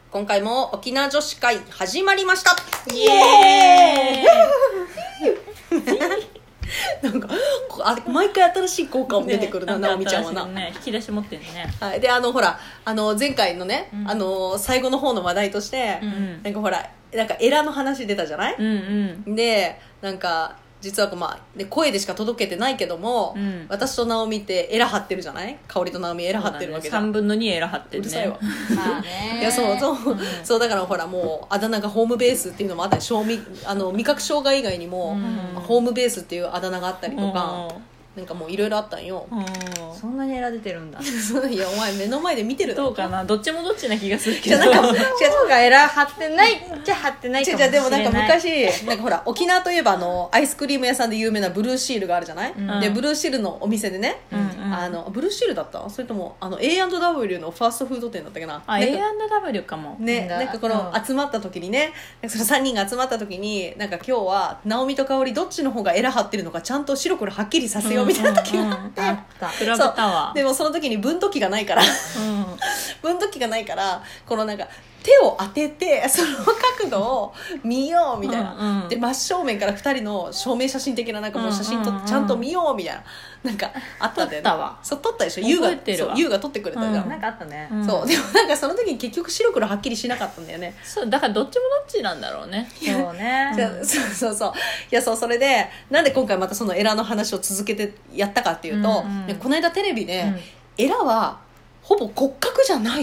今回も沖縄女子会始まりました。 イエーイなんか毎回新しい効果も出てくるな、直美ちゃんはな、 ね、引き出し持ってるね。 はい、でほら前回のね、最後の方の話題として、なんかほらなんかエラの話出たじゃない、でなんか実は声でしか届けてないけども、私と直美ってエラ張ってるじゃない。香織と直美エラ張ってるわけじゃん、 3分の2エラ張ってるね。 うるさいわまあねいやそうだからほらもうあだ名がホームベースっていうのもあったり、味覚障害以外にも、ホームベースっていうあだ名があったりとか、なんかもういろいろあったんよ。 そんなにエラ出てるんだ。 いやお前目の前で見てるどうかな、どっちもどっちな気がするけど。 なんか方がエラ張ってないじゃ張ってないかもしれない。 でもなんか昔なんかほら沖縄といえばアイスクリーム屋さんで有名なブルーシールがあるじゃない、でブルーシールのお店でね、ブルーシールだったそれともA&W のファーストフード店だったっけな。 A&W かもね、なんかこの集まった時にね、その3人が集まった時になんか今日は直美と香織どっちの方がエラ張ってるのかちゃんと白黒はっきりさせようみたいな時があって、 あった。 比べたわ。 でもその時に分度器がないから分度器がないからこのなんか手を当ててその角度を見ようみたいな、で真正面から2人の証明写真的ななんかもう写真ちゃんと見ようみたいななんかあったんだよね。 撮ったわ。 そう撮ったでしょ。 覚えてるわ。 ユウが撮ってくれたじゃん、 なんかあったね、 そうでもなんかその時に結局白黒はっきりしなかったんだよね。 そうだからどっちもどっちなんだろうね。 そうね、 そういやそれでなんで今回またそのエラの話を続けてやったかっていうと、この間テレビで、エラはほぼ骨格じゃないって、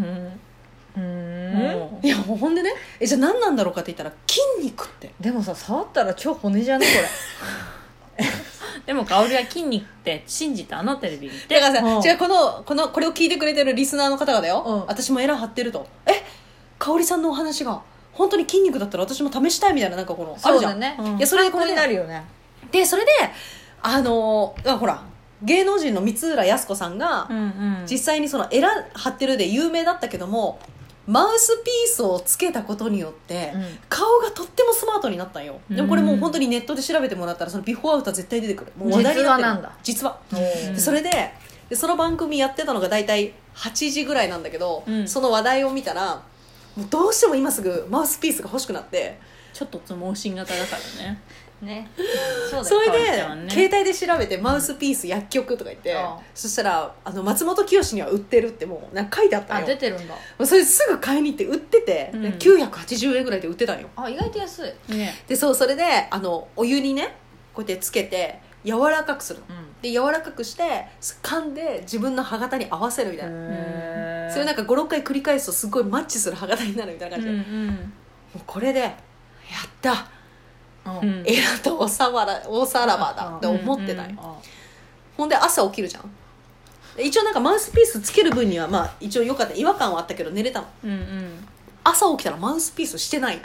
いやもうほんでねじゃあ何なんだろうかって言ったら筋肉って。 でもさ触ったら超骨じゃねこれでも香織は筋肉って信じたのテレビ見て。 だからさ、違うこれを聞いてくれてるリスナーの方がだよ、私もエラ張ってると、香織さんのお話が本当に筋肉だったら私も試したいみたいななんかこのあるじゃん。 ね、 いやそれでこれになるよね。 でそれでほら芸能人の三浦靖子さんが、実際にそのエラ張ってるで有名だったけどもマウスピースをつけたことによって、顔がとってもスマートになったんよ。でもこれもう本当にネットで調べてもらったらそのビフォーアウトは絶対出てくる。もう話題になってる。 実話なんだ。 実話でそれでその番組やってたのが大体8時ぐらいなんだけど、その話題を見たらもうどうしても今すぐマウスピースが欲しくなって、 ちょっと盲信型だからね。 ね、 それで、携帯で調べてマウスピース薬局とか言って、そしたら松本清には売ってるってもうなんか書いてあったよ。 出てるんだ。 それすぐ買いに行って売ってて、980円ぐらいで売ってたんよ。 意外と安い、 ね、 でそれでお湯にねこうやってつけて柔らかくする、で柔らかくして噛んで自分の歯型に合わせるみたいな、それなんか 5,6 回繰り返すとすごいマッチする歯型になるみたいな感じで、もうこれでやったエラとおさらばだって思ってたよ、ほんで朝起きるじゃん。一応なんかマウスピースつける分にはまあ一応良かった、違和感はあったけど寝れたの、朝起きたらマウスピースしてない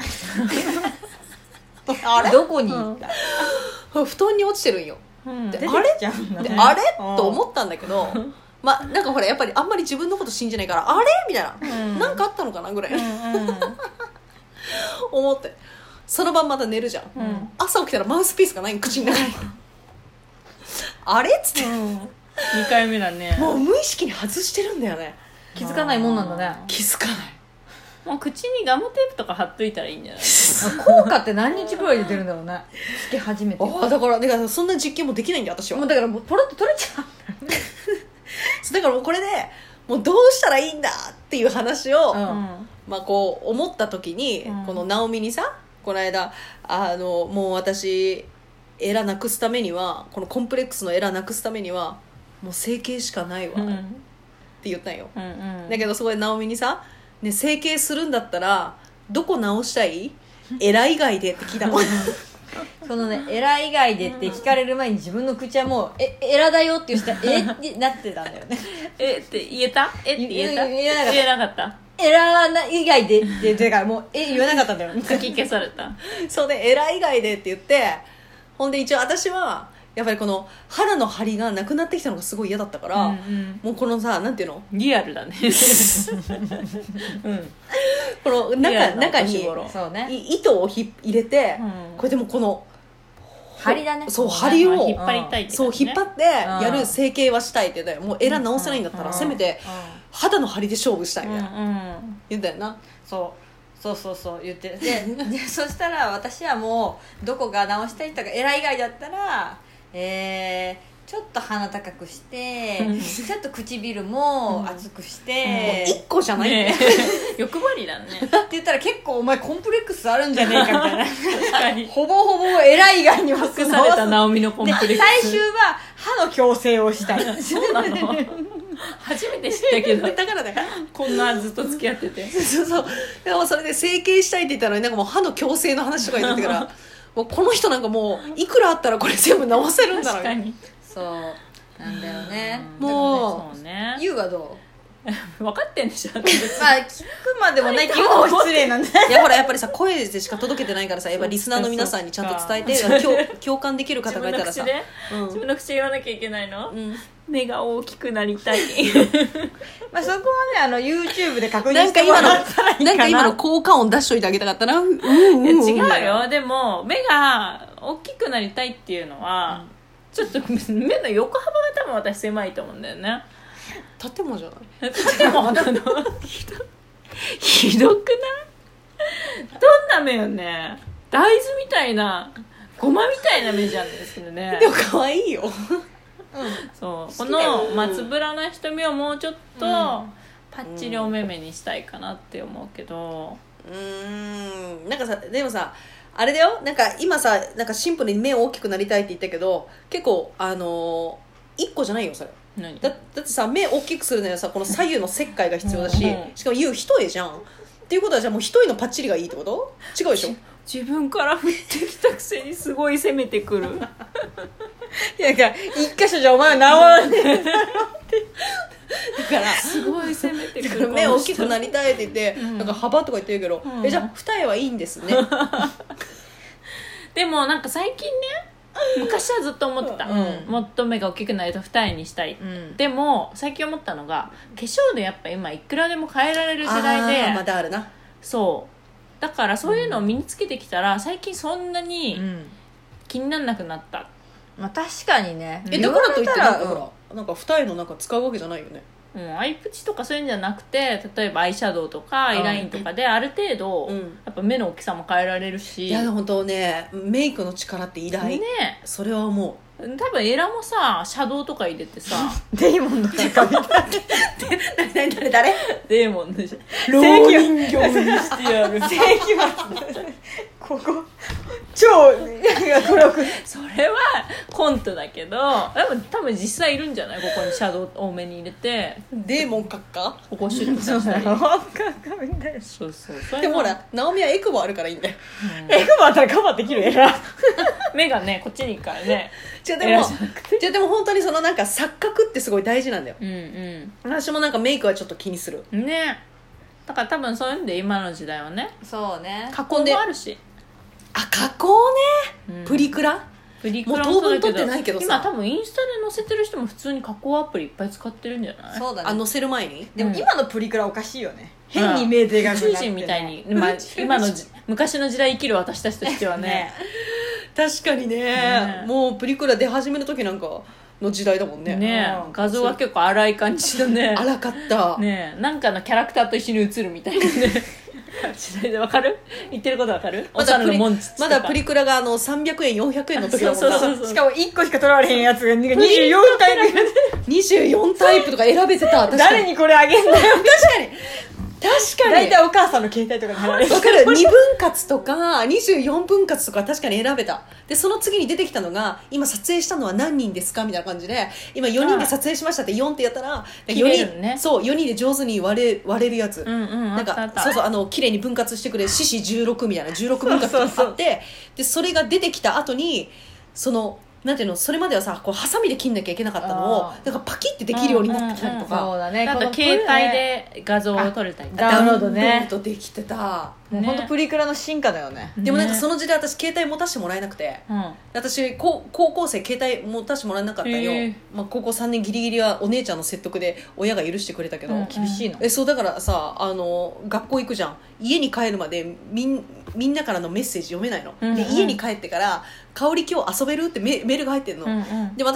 あれどこに行った、 布団に落ちてるんよ、であれと思ったんだけどなんかほらやっぱりあんまり自分のこと信じないからあれみたいな、なんかあったのかなぐらい思ってその晩また寝るじゃん、朝起きたらマウスピースがない口の中にあれっつって、 2回目だね。 もう無意識に外してるんだよね。 気づかないもんなんだね。 気づかない。 もう口にガムテープとか貼っといたらいいんじゃない効果って何日ぐらいで出るんだろうね。つけ始めてだからそんな実験もできないんだよ私は。 もうだからもうポロッと取れちゃうだからもうこれでもうどうしたらいいんだっていう話を、こう思った時に、この直美にさこの間もう私エラなくすためにはこのコンプレックスのエラなくすためにはもう整形しかないわ、って言ったんよ、だけどそこで直美にさ、ね、整形するんだったらどこ直したいエラ以外でって聞いたのそのねエラ以外でって聞かれる前に自分の口はもうエラだよって言ったらってなってたんだよねって言えたって言えた言えなかったエラ以外でってだからもう言わなかったんだよ書き消されたそうねエラ以外でって言って、ほんで一応私はやっぱりこの肌の張りがなくなってきたのがすごい嫌だったから、もうこのさなんていうのリアルだねこの中にそうね糸を入れて、これでもこの張りだね。 そう張りを引っ張りたいってそう引っ張ってやる整形はしたいって言って、もうエラ直せないんだったらせめて肌の張りで勝負したいみたいな、 うん言ったよな。 そう言ってでそしたら私はもうどこが直したいとかエラ以外だったらちょっと鼻高くしてちょっと唇も厚くしもうて、 1個じゃないんだよ、 ね欲張りだね。 って言ったら結構お前コンプレックスあるんじゃねえかみたいな確かにほぼほぼエラ以外にも隠された直美のコンプレックス。 で最終は歯の矯正をしたいそうなの初めて知ったけどだからだよこんなずっと付き合っててそうでもそれで整形したいって言ったのになんかもう歯の矯正の話とか言ってたからもうこの人なんかもういくらあったらこれ全部直せるんだろう確かにそうなんだよね、 もそうねユウはどう分かってんでしょまあ聞くまでもないって言うのも失礼なんでいやほらやっぱりさ声でしか届けてないからさやっぱリスナーの皆さんにちゃんと伝えて共感できる方がいたらさ自分の口で言わなきゃいけないの、 うん目が大きくなりたいまあそこはねYouTube で確認なんか今のしてもらったらいいかな。 なんか今の効果音出しといてあげたかったな。うんいや違うよでも目が大きくなりたいっていうのは、ちょっと目の横幅が多分私狭いと思うんだよね。 建物じゃない。 でもひどくない？どんな目よね。大豆みたいなごまみたいな目じゃんですよね。 でも可愛いよ。 そうこの松ぶらな瞳をもうちょっとパッチリお目目にしたいかなって思うけど、 なんかさでもさあれだよなんか今さなんかシンプルに目を大きくなりたいって言ったけど結構1個じゃないよそれ。 何だってさ目大きくするのにはさこの左右の切開が必要だし、 うんしかも言う一重じゃんっていうことはじゃあもう一重のパッチリがいいってこと違うでしょ。 自分から振ってきたくせにすごい攻めてくるいやなんか一箇所じゃお前は治らねだからすごい攻めてくる目大きくなりたいって言って、 うんなんか幅とか言ってるけど、 うんじゃあ二重はいいんですねでもなんか最近ね昔はずっと思ってた、 うんもっと目が大きくなると二重にしたい、でも最近思ったのが化粧でやっぱ今いくらでも変えられる時代で、 まだあるな。 そうだからそういうのを身につけてきたら最近そんなにうん気にならなくなった、 まあ確かにねだからといってなんか言われたらほらなんか二重のなんか使うわけじゃないよね。 アイプチとかそういうんじゃなくて例えばアイシャドウとかアイラインとかである程度、 うんやっぱ目の大きさも変えられるしいや本当ねメイクの力って偉大、 ねそれは思う。 多分エラもさシャドウとか入れてさデイモンの中みたい誰デーモンでしょ老人形にしてやる世紀末ここ超黒くそれはコントだけどでも多分実際いるんじゃないここにシャドウ多めに入れてデーモン閣下。 ここシュッとさせたりみたいなそうそうでもほらナオミはエクボあるからいいんだよ。 エクボあったらカバーできるエラ目がねこっちに行くからねじゃあでもエラじゃなくてでも本当にそのなんか錯覚ってすごい大事なんだよ。 うん私もなんかメイクはちょっと気にする。 うんねだから多分そういうんで今の時代はねそうね加工でもあるし、 加工ね、 うんプリクラプリクラもう当分そうだけど撮ってないけどさ今多分インスタで載せてる人も普通に加工アプリいっぱい使ってるんじゃないそうだね載せる前にでも今のプリクラおかしいよね変に目でかくなって宇宙人みたいに、まあ、今の昔の時代生きる私たちとしてはね確かにねもうプリクラ出始める時なんかの時代だもんね。 うん画像は結構荒い感じだね荒かった、 ねなんかのキャラクターと一緒に映るみたいなね時代でわかる言ってることわかるお猿のモンチッチとかまだプリクラが300円400円の時だもんな。 そうそうそうしかも1個しか取られへんやつが24回 24タイプとか選べてた。確かに誰にこれあげんだよ確かに大体お母さんの携帯とかに貼られるわかる2分割とか24分割とか確かに選べた。でその次に出てきたのが今撮影したのは何人ですかみたいな感じで今4人で撮影しましたって4ってやったら切れるねそう4人で上手に割れるやつ、なんあったあったかそうそう綺麗に分割してくれ獅子16みたいな16分割とかあってそうそうでそれが出てきた後にそのなんていうのそれまではさこうハサミで切んなきゃいけなかったのをあーなんかパキッてできるようになってきたりとか、 そうだねあと携帯で画像を撮れたりとかダウンロードねダウンロードできてた。 もう本当プリクラの進化だよねでもなんかその時代私携帯持たせてもらえなくて私高校生携帯持たせてもらえなかったよ、 へーまあ、高校3年ギリギリはお姉ちゃんの説得で親が許してくれたけど、 うん厳しいのそうだからさ学校行くじゃん家に帰るまでみんなからのメッセージ読めないの、 うんうんで家に帰ってから「香り今日遊べる?」ってメールが入ってんの、 うんうんで私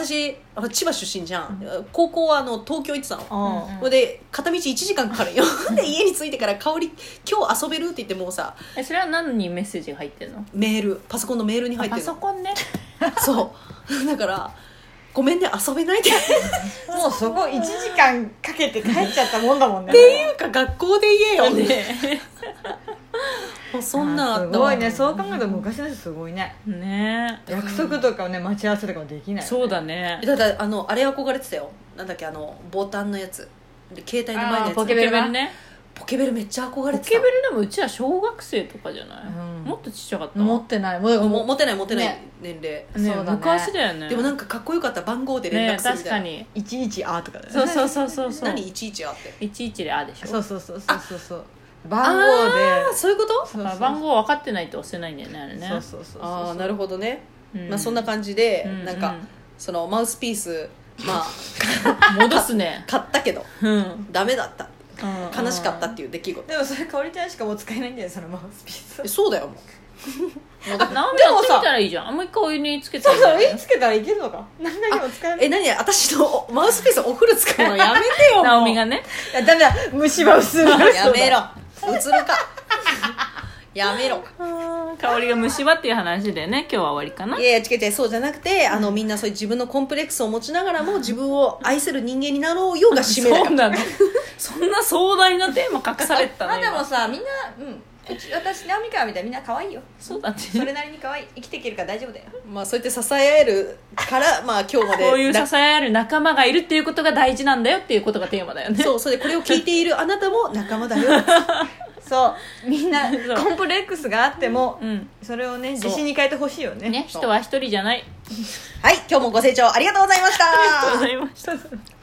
千葉出身じゃん、高校は東京行ってたの、 うんそれで片道1時間かかるよで家に着いてから香り今日遊べるって言ってもうさそれは何にメッセージが入ってんの？ メールパソコンのメールに入ってパるのソコンねそうだからごめんね遊べないってもうそこ1時間かけて帰っちゃったもんだもんね。 っていうか学校で言えよねもうそんなんあったわすごいね。そう考えると昔の人すごいね。 ね約束とかをね待ち合わせとかもできない、ね、 そうだね。 だからあれ憧れてたよ。なんだっけボタンのやつで携帯の前のやつポケベルね。 ポケベルめっちゃ憧れてた。 ポケベルでもうちは小学生とかじゃない、 うんもっとちっちゃかった。 持ってない。も持てないね年齢、 ねそうだね昔だよね。 でもなんかかっこよかった番号で連ね絡するみたいな、 確かに。 11あとかだよね。 そうそうそうそうそう。 何11あって 11であでしょ。 そうそうそうそうそう番号であそういうことそうそうだから番号分かってないと押せないんだよねあれね。 そうそうそうそうああなるほどね、 うんまあ、そんな感じで、 うんなんかそのマウスピースまあ戻すね。 買ったけどうん。 ダメだったうん悲しかったっていう出来事、 でもそれかおりちゃんしかもう使えないんだよそのマウスピース。 そうだよもうもうだって直美やってみたらいいじゃん。もう一回お湯につけてそうそうみたらいい絵つけたらいけるのか。何回でも使える。 何私のマウスピースお風呂使うのやめてよもう直美がね。 いやダメだ虫歯薄い。 やめろうつるかやめろ香りが虫歯っていう話でね今日は終わりかな。 いやいや違う違うそうじゃなくてみんなそういう自分のコンプレックスを持ちながらも自分を愛せる人間になろうよが使命だからそうなの。そんな壮大なテーマ隠されてたのまあでも今。 さみんな私直美から見たらみんな可愛いよ。 そうだって。 それなりに可愛い。生きていけるから大丈夫だよ。 まあそうやって支え合えるからまあ今日までこういう支え合える仲間がいるっていうことが大事なんだよっていうことがテーマだよね。 そうそれでこれを聞いているあなたも仲間だよそうみんなそうコンプレックスがあってもうん。 それをね自信に変えてほしいよね。 ね、人は一人じゃない。 はい今日もご清聴ありがとうございましたありがとうございました。